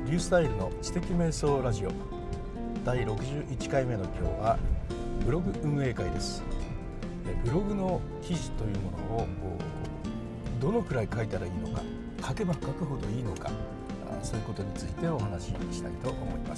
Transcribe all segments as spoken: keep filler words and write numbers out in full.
リュースタイルの知的瞑想ラジオだいろくじゅういっかいめの今日はブログ運営会です。ブログの記事というものをどのくらい書いたらいいのか、書けば書くほどいいのか、そういうことについてお話ししたいと思います。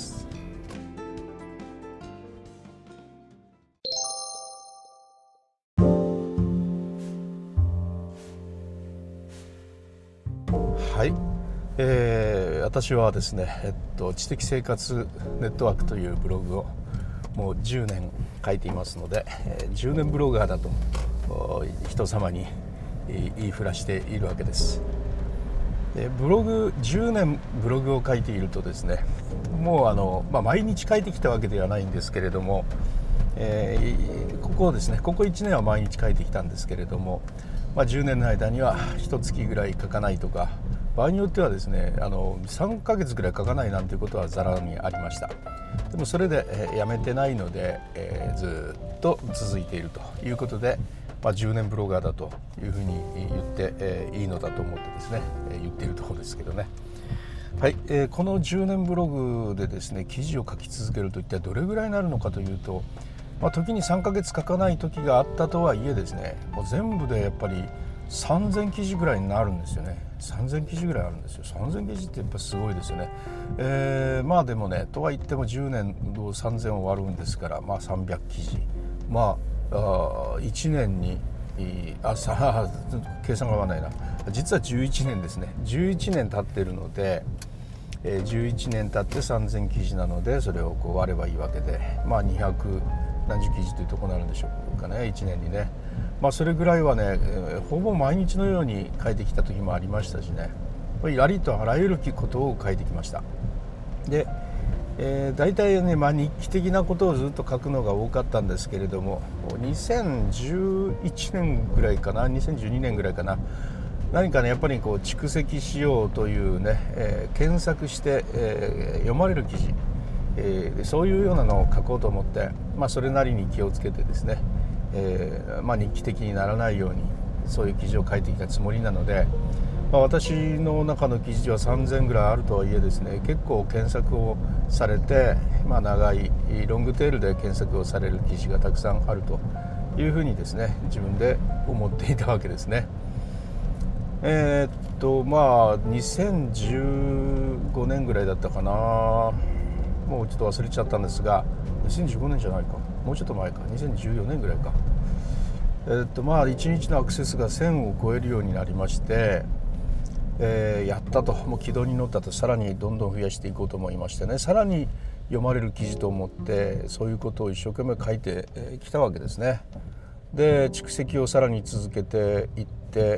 はい、えー、私はですね、えっと、知的生活ネットワークというブログをもうじゅうねん書いていますので、じゅうねんブロガーだと人様に言いふらしているわけです。ブログじゅうねんブログを書いているとですね、もうあの、まあ、毎日書いてきたわけではないんですけれども、えー、ここですねここいちねんは毎日書いてきたんですけれども、まあ、じゅうねんの間にはいっかげつぐらい書かないとか、場合によってはですねあのさんかげつぐらい書かないなんていうことはざらにありました。でもそれで、えー、やめてないので、えー、ずっと続いているということで、まあ、じゅうねんブロガーだというふうに言って、えー、いいのだと思ってですね、えー、言っているところですけどね。はい、えー、このじゅうねんブログでですね記事を書き続けると一体どれぐらいになるのかというと、まあ、時にさんかげつ書かない時があったとはいえですね、もう全部でやっぱりさんぜんきじぐらいになるんですよね。さんぜんきじぐらいあるんですよ。さんぜんきじってやっぱすごいですよね。えー、まあでもね、とは言ってもじゅうねんをさんぜんを割るんですから、まあさんびゃくきじ、まあ、あいちねんにあさ計算が合わないな、実はじゅういちねんですね。じゅういちねん経ってるので、えー、じゅういちねん経ってさんぜんきじなので、それをこう割ればいいわけで、まあにひゃくなんじゅうきじというところになるんでしょうかね、いちねんにね。まあそれぐらいはね、えー、ほぼ毎日のように書いてきた時もありましたしね、ありとあらゆることを書いてきました。で、えー、大体ね、まあ、日記的なことをずっと書くのが多かったんですけれども、にせんじゅういちねんぐらいかな、にせんじゅうにねんぐらいかな、何かねやっぱりこう蓄積しようというね、えー、検索して、えー、読まれる記事、えー、そういうようなのを書こうと思って、まあ、それなりに気をつけてですね、えーまあ、日記的にならないようにそういう記事を書いてきたつもりなので、まあ、私の中の記事はさんぜんぐらいあるとはいえですね、結構検索をされて、まあ、長いロングテールで検索をされる記事がたくさんあるというふうにですね自分で思っていたわけですね。えー、っとまあにせんじゅうごねんぐらいだったかな、もうちょっと忘れちゃったんですが、にせんじゅうごねんじゃないか、もうちょっと前か、にせんじゅうよねんぐらいか。えー、っとまあいちにちのアクセスがせんを超えるようになりまして、えー、やったと、もう軌道に乗ったと、さらにどんどん増やしていこうと思いましてね、さらに読まれる記事と思ってそういうことを一生懸命書いてきたわけですね。で蓄積をさらに続けていって、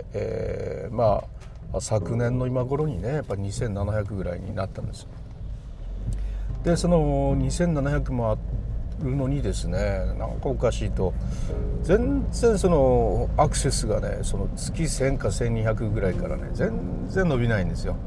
えー、まあ昨年の今頃にねやっぱりにせんななひゃくぐらいになったんです。でそのにせんななひゃくもあるのにですね、なんかおかしいと、全然そのアクセスがねその月せんかせんにひゃくぐらいからね全然伸びないんですよ。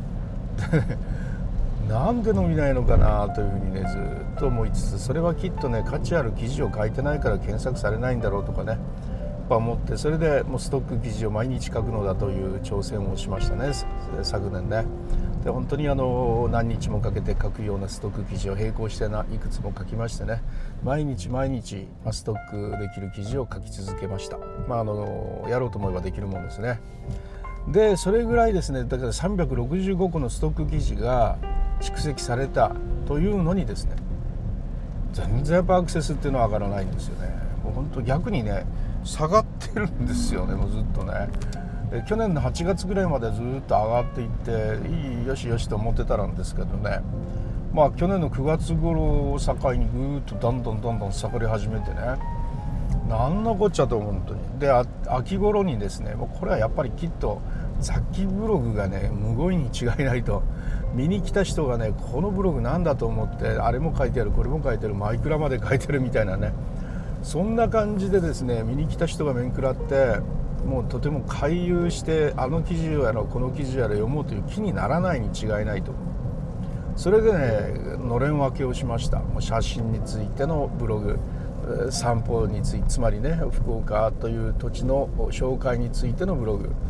なんで伸びないのかなというふうにねずっと思いつつ、それはきっとね価値ある記事を書いてないから検索されないんだろうとかね思って、それでもうストック記事を毎日書くのだという挑戦をしましたね、昨年ね。で本当にあの何日もかけて書くようなストック記事を並行してないくつも書きましてね、毎日毎日ストックできる記事を書き続けました。まああのやろうと思えばできるもんですね。でそれぐらいですね、だからさんびゃくろくじゅうごこのストック記事が蓄積されたというのにですね、全然やっぱアクセスっていうのは上がらないんですよね。もう本当逆にね下がってるんですよね、もうずっとね。え去年のはちがつぐらいまでずっと上がっていって、いいよしよしと思ってたんですけどね、まあ去年のくがつ頃を境にぐーっとどんどんどんどん下がり始めてね、なんのこっちゃと本当に。で秋頃にですね、もうこれはやっぱりきっと雑記ブログがねむごいに違いないと、見に来た人がねこのブログなんだと思って、あれも書いてあるこれも書いてあるマイクラまで書いてるみたいなね、そんな感じでですね見に来た人が面食らって、もうとても回遊してあの記事やらこの記事やら読もうという気にならないに違いないと。それでねのれん分けをしました。もう写真についてのブログ、散歩について、つまりね福岡という土地の紹介についてのブログ、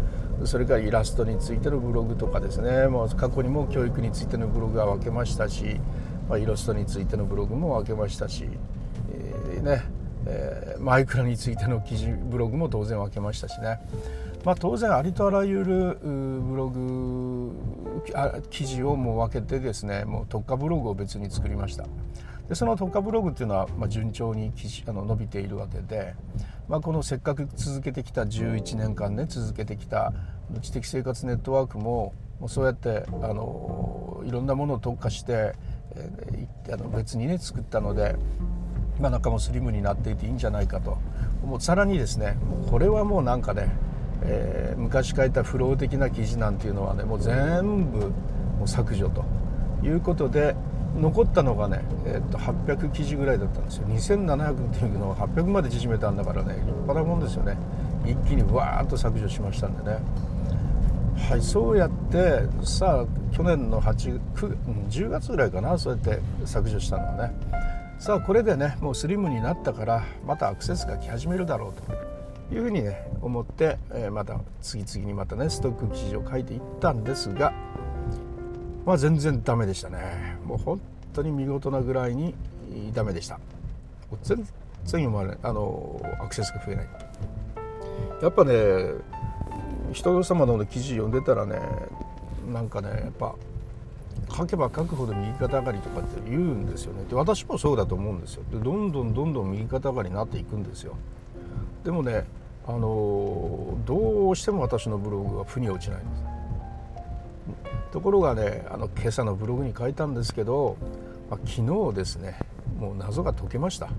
それからイラストについてのブログとかですね、もう過去にも教育についてのブログは分けましたし、まあ、イラストについてのブログも分けましたし、えーねえー、マイクラについての記事ブログも当然分けましたしね、まあ、当然ありとあらゆるブログ記事をもう分けてですね、もう特化ブログを別に作りました。でその特化ブログっていうのは、まあ、順調に記事あの伸びているわけで、まあ、このせっかく続けてきたじゅういちねんかんね続けてきた知的生活ネットワークももうそうやってあのいろんなものを特化して、えー、あの別にね作ったので、まあ、中もスリムになっていていいんじゃないかと。もうさらにですね、これはもうなんかね、えー、昔書いたフロー的な記事なんていうのはねもう全部もう削除ということで、残ったのがね、えー、とはっぴゃく記事ぐらいだったんですよ。にせんななひゃくっていうのをはっぴゃくまで縮めたんだからね、立派なもんですよね。一気にわーっと削除しましたんでね。はい、そうやってさあ去年のはち、く、じゅうがつぐらいかな、そうやって削除したのはね、さあこれでねもうスリムになったからまたアクセスが来始めるだろうというふうにね思って、えー、また次々にまたねストック記事を書いていったんですが、まあ全然ダメでしたね。もう本当に見事なぐらいにダメでした。全然読まれあのアクセスが増えない。やっぱね人様の記事読んでたらね、なんかねやっぱ書けば書くほど右肩上がりとかって言うんですよね。で私もそうだと思うんですよ。でどんどんどんどん右肩上がりになっていくんですよ。でもねあのどうしても私のブログは腑に落ちないんです。ところがねあの今朝のブログに書いたんですけど、まあ、昨日ですねもう謎が解けました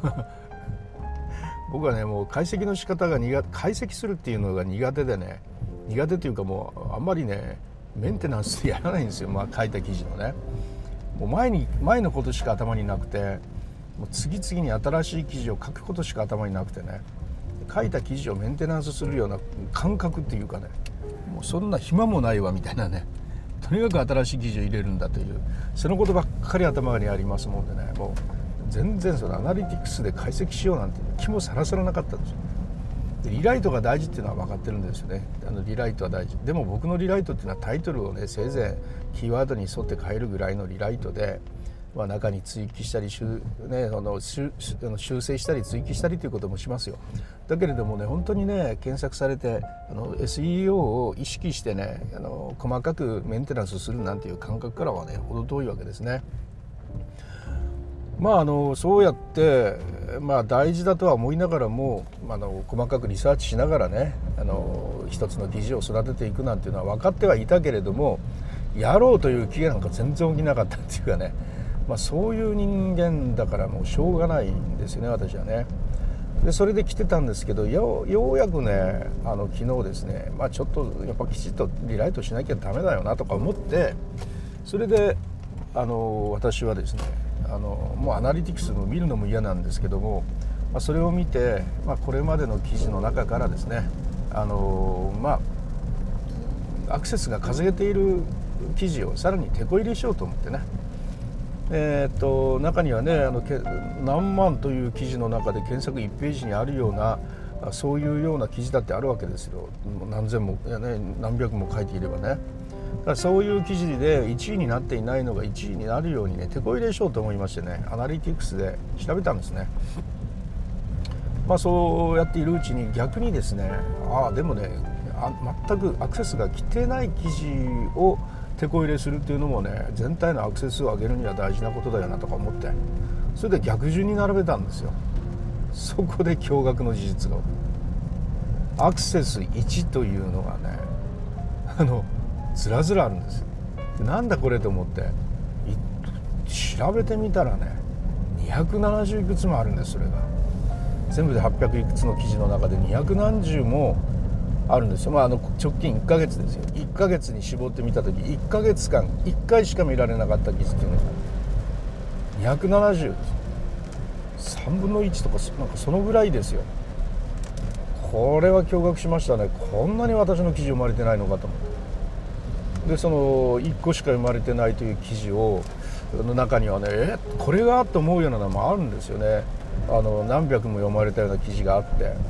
僕はねもう解析の仕方が苦解析するっていうのが苦手でね、苦手というかもうあんまりねメンテナンスやらないんですよ。まあ書いた記事のねもう前に前のことしか頭になくて、もう次々に新しい記事を書くことしか頭になくてね、書いた記事をメンテナンスするような感覚っていうかね、もうそんな暇もないわみたいなね、とにかく新しい記事を入れるんだというそのことばっかり頭にありますもんでね、もう全然そのアナリティクスで解析しようなんて気もさらさらなかったんですよ。でリライトが大事っていうのは分かってるんですよね。あのリライトは大事でも僕のリライトっていうのはタイトルをねせいぜいキーワードに沿って変えるぐらいのリライトで、まあ、中に追記したり修、ね、あの修修正したり追記したりということもしますよ。だけれどもね本当にね検索されてあの エスイーオー を意識してねあの細かくメンテナンスするなんていう感覚からはね程遠いわけですね。まああのそうやって、まあ、大事だとは思いながらもあの細かくリサーチしながらねあの一つの記事を育てていくなんていうのは分かってはいたけれども、やろうという気がなんか全然起きなかったっていうかね、まあ、そういう人間だからもうしょうがないんですよね私はね。でそれで来てたんですけど、よ, ようやくねあの昨日ですね、まあ、ちょっとやっぱきちっとリライトしなきゃダメだよなとか思って、それであの私はですねあのもうアナリティクスも見るのも嫌なんですけども、まあ、それを見て、まあ、これまでの記事の中からですねあの、まあ、アクセスが稼げている記事をさらに手こ入れしようと思ってね、えー、っと中にはねあの何万という記事の中で検索いちページにあるようなそういうような記事だってあるわけですよ。何千もいや、ね、何百も書いていればね。だからそういう記事でいちいになっていないのがいちいになるようにね手こ入れしようと思いましてね、アナリティクスで調べたんですね。まあそうやっているうちに逆にですね、ああでもねあ全くアクセスが来てない記事を手こ入れするっていうのもね全体のアクセスを上げるには大事なことだよなとか思って、それで逆順に並べたんですよ。そこで驚愕の事実が、アクセスいちというのがねあのずらずらあるんです。なんだこれと思って調べてみたらねにひゃくななじゅういくつもあるんです。それが全部ではっぴゃくいくつの記事の中でにひゃくなんじゅうもあるんですよ。まあ、あの直近いっかげつですよ。いっかげつに絞ってみた時いっかげつかんいっかいしか見られなかった記事っていうのがにひゃくななじゅうです。さんぶんのいちとかなんかそのぐらいですよ。これは驚愕しましたね。こんなに私の記事生まれてないのかと思って。でそのいっこしか生まれてないという記事をの中にはねえこれがと思うようなのもあるんですよね。あの何百も読まれたような記事があって、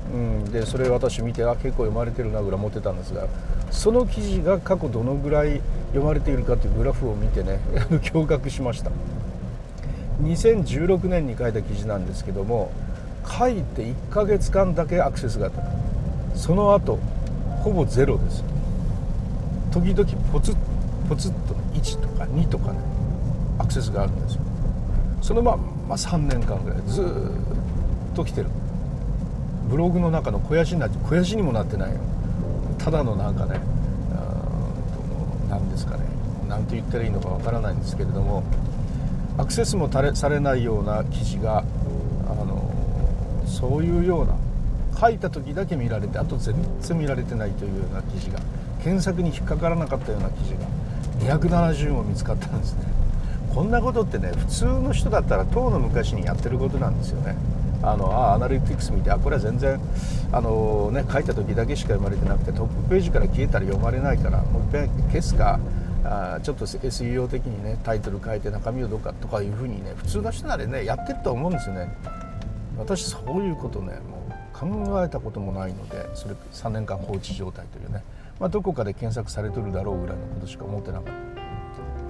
うん、でそれ私見てあ結構読まれてるなぐらい思ってたんですが、その記事が過去どのぐらい読まれているかというグラフを見てね驚愕しました。にせんじゅうろくねんに書いた記事なんですけども、書いていっかげつかんだけアクセスがあった。その後ほぼゼロです。時々ポツッポツッといちとかにとかねアクセスがあるんですよ。そのままさんねんかんぐらいずっと来てる。ブログの中の肥やしになって肥やしにもなってないよ。ただのなんかね何ですかね、何て言ったらいいのかわからないんですけれども、アクセスもされないような記事があのそういうような書いた時だけ見られてあと全然見られてないというような記事が、検索に引っかからなかったような記事がにひゃくななじゅうも見つかったんですね。こんなことってね普通の人だったらとうの昔にやってることなんですよね。あのあアナリティクス見て、あこれは全然あの、ね、書いた時だけしか読まれてなくてトップページから消えたら読まれないからもう一遍消すか、あちょっと エスイーオー 的にねタイトル変えて中身をどうかとかいうふうにね普通の人ならねやってると思うんですよね。私そういうことねもう考えたこともないので、それさんねんかん放置状態というね、まあ、どこかで検索されてるだろうぐらいのことしか思ってなかった。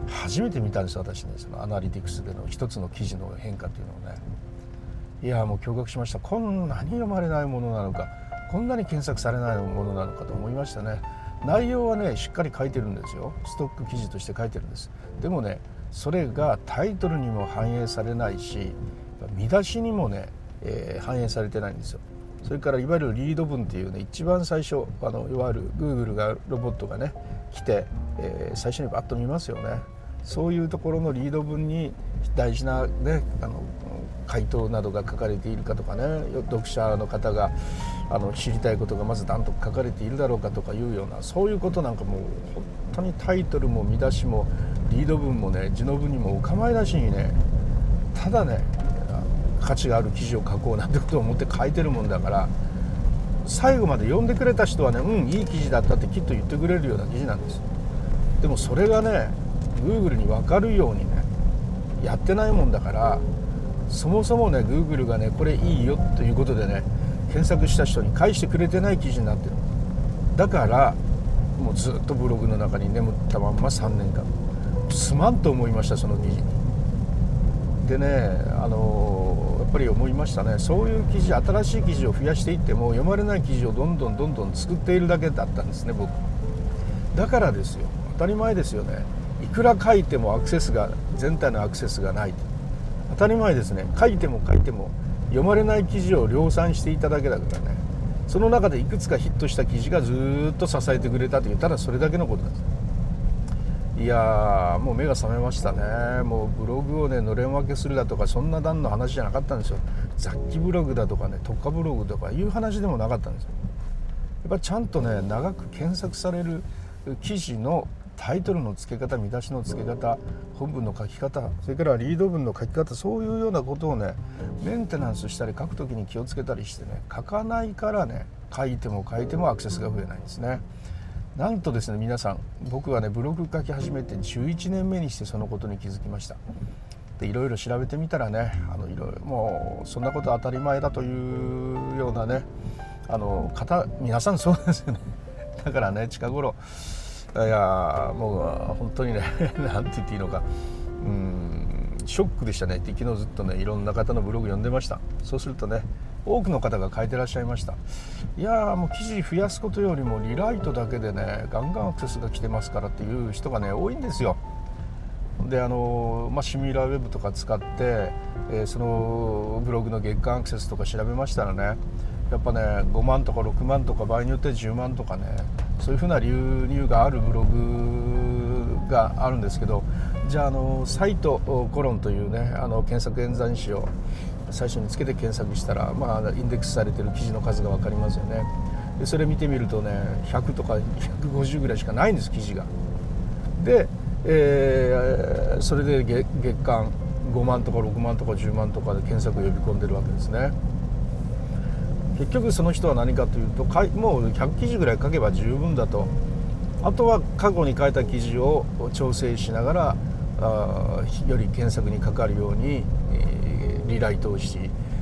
初めて見たんです私ね、そのアナリティクスでの一つの記事の変化というのをね。いやもう驚愕しました。こんなに読まれないものなのか、こんなに検索されないものなのかと思いましたね。内容はねしっかり書いてるんですよ。ストック記事として書いてるんです。でもねそれがタイトルにも反映されないし、見出しにもね、えー、反映されてないんですよ。それからいわゆるリード文っていうね、一番最初あのいわゆる Google がロボットがね来て、えー、最初にバッと見ますよね。そういうところのリード文に大事なねあの回答などが書かれているかとかね、読者の方があの知りたいことがまず何と書かれているだろうかとかいうような、そういうことなんかもう本当にタイトルも見出しもリード文もね字の文にもお構いなしにね、ただね価値がある記事を書こうなんてことを思って書いてるもんだから、最後まで読んでくれた人はねうんいい記事だったってきっと言ってくれるような記事なんです。でもそれがね Google に分かるようにねやってないもんだから、そもそもね Google がねこれいいよということでね検索した人に返してくれてない記事になってる。だからもうずっとブログの中に眠ったまんまさんねんかんすまんと思いました、その記事に。でねあのやっぱり思いましたね。そういう記事、新しい記事を増やしていっても読まれない記事をどんどんどんどん作っているだけだったんですね僕。だからですよ、当たり前ですよね。いくら書いてもアクセスが全体のアクセスがない、当たり前ですね。書いても書いても読まれない記事を量産していただけだからね。その中でいくつかヒットした記事がずっと支えてくれたというただそれだけのことです。いやーもう目が覚めましたね。もうブログをねのれん分けするだとかそんな段の話じゃなかったんですよ。雑記ブログだとかね特化ブログとかいう話でもなかったんですよ。やっぱりちゃんとね長く検索される記事のタイトルの付け方、見出しの付け方、本文の書き方、それからリード文の書き方、そういうようなことをねメンテナンスしたり書くときに気をつけたりしてね書かないからね書いても書いてもアクセスが増えないんですね。なんとですね皆さん、僕はねブログ書き始めてじゅういちねんめにしてそのことに気づきました。でいろいろ調べてみたらねあのいろいろもうそんなこと当たり前だというようなねあの方皆さんそうですよね。だからね近頃いやもう本当にねなんて言っていいのか、うーんショックでしたね。昨日ずっとねいろんな方のブログ読んでました。そうするとね多くの方が書いてらっしゃいました。いやもう記事増やすことよりもリライトだけでねガンガンアクセスが来てますからっていう人がね多いんですよ。であの、まあ、シミュラーウェブとか使って、えー、そのブログの月間アクセスとか調べましたらねやっぱねごまんとかろくまんとか場合によってじゅうまんとかねそういうふうな流入があるブログがあるんですけど、じゃあ、あのサイトコロンというねあの検索演算子を最初につけて検索したら、まあ、インデックスされてる記事の数が分かりますよね。でそれ見てみるとねひゃくとかひゃくごじゅうぐらいしかないんです記事が。で、えー、それで 月, 月間ごまんとかろくまんとかじゅうまんとかで検索を呼び込んでるわけですね。結局その人は何かというともうひゃく記事ぐらい書けば十分だと。あとは過去に書いた記事を調整しながらあより検索にかかるように、えー、リライトをし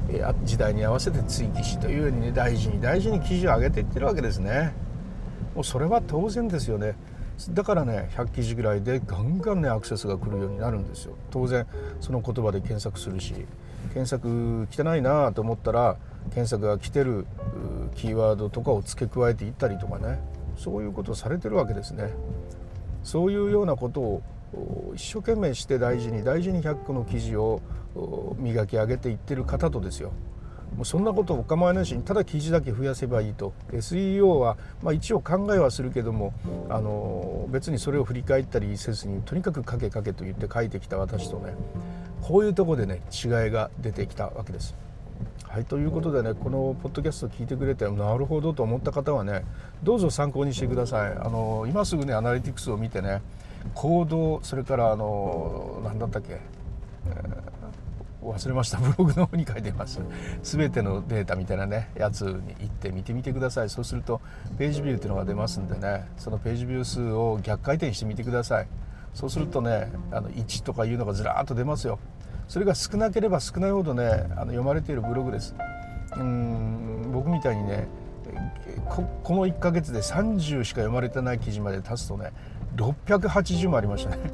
時代に合わせて追記しというようにね、大事に大事に記事を上げていってるわけですね。もうそれは当然ですよね。だからねひゃく記事ぐらいでガンガンねアクセスが来るようになるんですよ。当然その言葉で検索するし、検索来てないなと思ったら検索が来てるキーワードとかを付け加えていったりとかね、そういうことをされてるわけですね。そういうようなことを一生懸命して大事に大事にひゃっこの記事を磨き上げていってる方とですよ、もうそんなことお構いなしにただ記事だけ増やせばいいと エスイーオー は、まあ、一応考えはするけどもあの別にそれを振り返ったりせずにとにかく書け書けと言って書いてきた私とね、こういうところでね違いが出てきたわけです。はい、ということでね、このポッドキャスト聞いてくれてなるほどと思った方はね、どうぞ参考にしてください。あの今すぐねアナリティクスを見てね、行動、それからあの何だったっけ、えー忘れました。ブログの方に書いてます。全てのデータみたいなねやつに行って見てみてください。そうするとページビューっていうのが出ますんでね、そのページビュー数を逆回転してみてください。そうするとねあのいちとかいうのがずらーっと出ますよ。それが少なければ少ないほどねあの読まれているブログです。うーん僕みたいにね こ, このいっかげつでさんじゅうしか読まれてない記事まで足すとねろっぴゃくはちじゅうもありましたね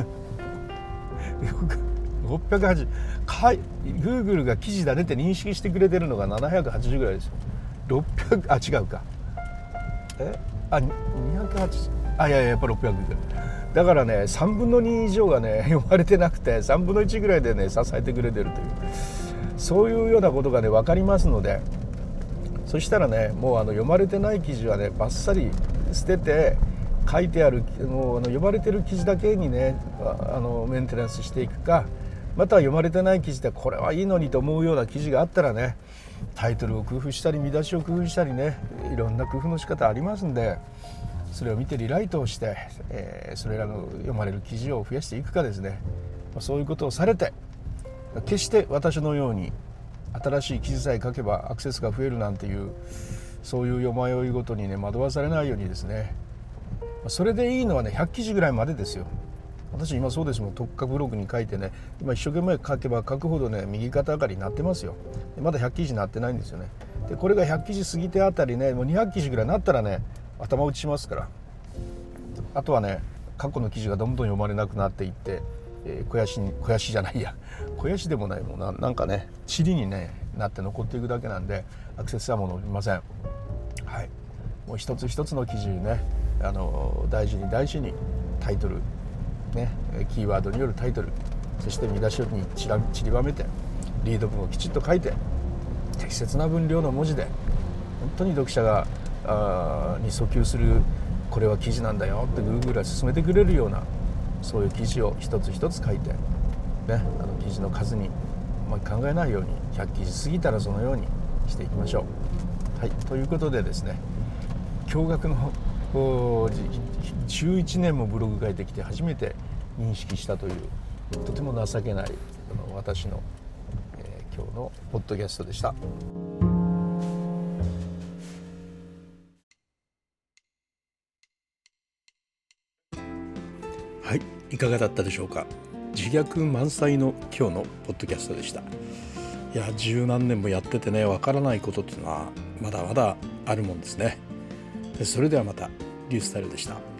ろっぴゃくはちじゅう、かい Google が記事だねって認識してくれてるのがななひゃくはちじゅうぐらいですよ。ろっぴゃく、あ違うかえあにひゃくはちじゅう、あいやいややっぱろっぴゃくだからねさんぶんのに以上がね読まれてなくてさんぶんのいちぐらいでね支えてくれてるという、そういうようなことがね分かりますので、そしたらねもうあの読まれてない記事はねバッサリ捨てて、書いてあるもうあの読まれてる記事だけにねあのメンテナンスしていくか、または読まれてない記事でこれはいいのにと思うような記事があったらね、タイトルを工夫したり見出しを工夫したりね、いろんな工夫の仕方ありますんで、それを見てリライトをして、えー、それらの読まれる記事を増やしていくかですね、そういうことをされて、決して私のように新しい記事さえ書けばアクセスが増えるなんていうそういうよまよいごとにね惑わされないようにですね、それでいいのはねひゃく記事ぐらいまでですよ。私今そうですもん、特化ブログに書いてね、今一生懸命書けば書くほどね右肩上がりになってますよ。まだひゃく記事になってないんですよね。でこれがひゃく記事過ぎてあたりね、もうにひゃく記事ぐらいになったらね頭打ちしますから、あとはね過去の記事がどんどん読まれなくなっていって、えー、肥やしに肥やしじゃないや肥やしでもないもんな、なんかね塵に、ね、なって残っていくだけなんでアクセスはもう伸びません。はい、もう一つ一つの記事ねあの大事に大事にタイトルね、キーワードによるタイトル、そして見出しにちら散りばめてリード文をきちっと書いて適切な分量の文字で本当に読者があに訴求するこれは記事なんだよって Google が進めてくれるようなそういう記事を一つ一つ書いて、ね、あの記事の数にあまり考えないようにひゃく記事過ぎたらそのようにしていきましょう。はい、ということでですね、驚愕のじゅういちねんもブログ書いてきて初めて認識したというとても情けないあの私の、えー、今日のポッドキャストでした。はい、いかがだったでしょうか。自虐満載の今日のポッドキャストでした。いや十何年もやっててねわからないことっていうのはまだまだあるもんですね。それではまたリュースタイルでした。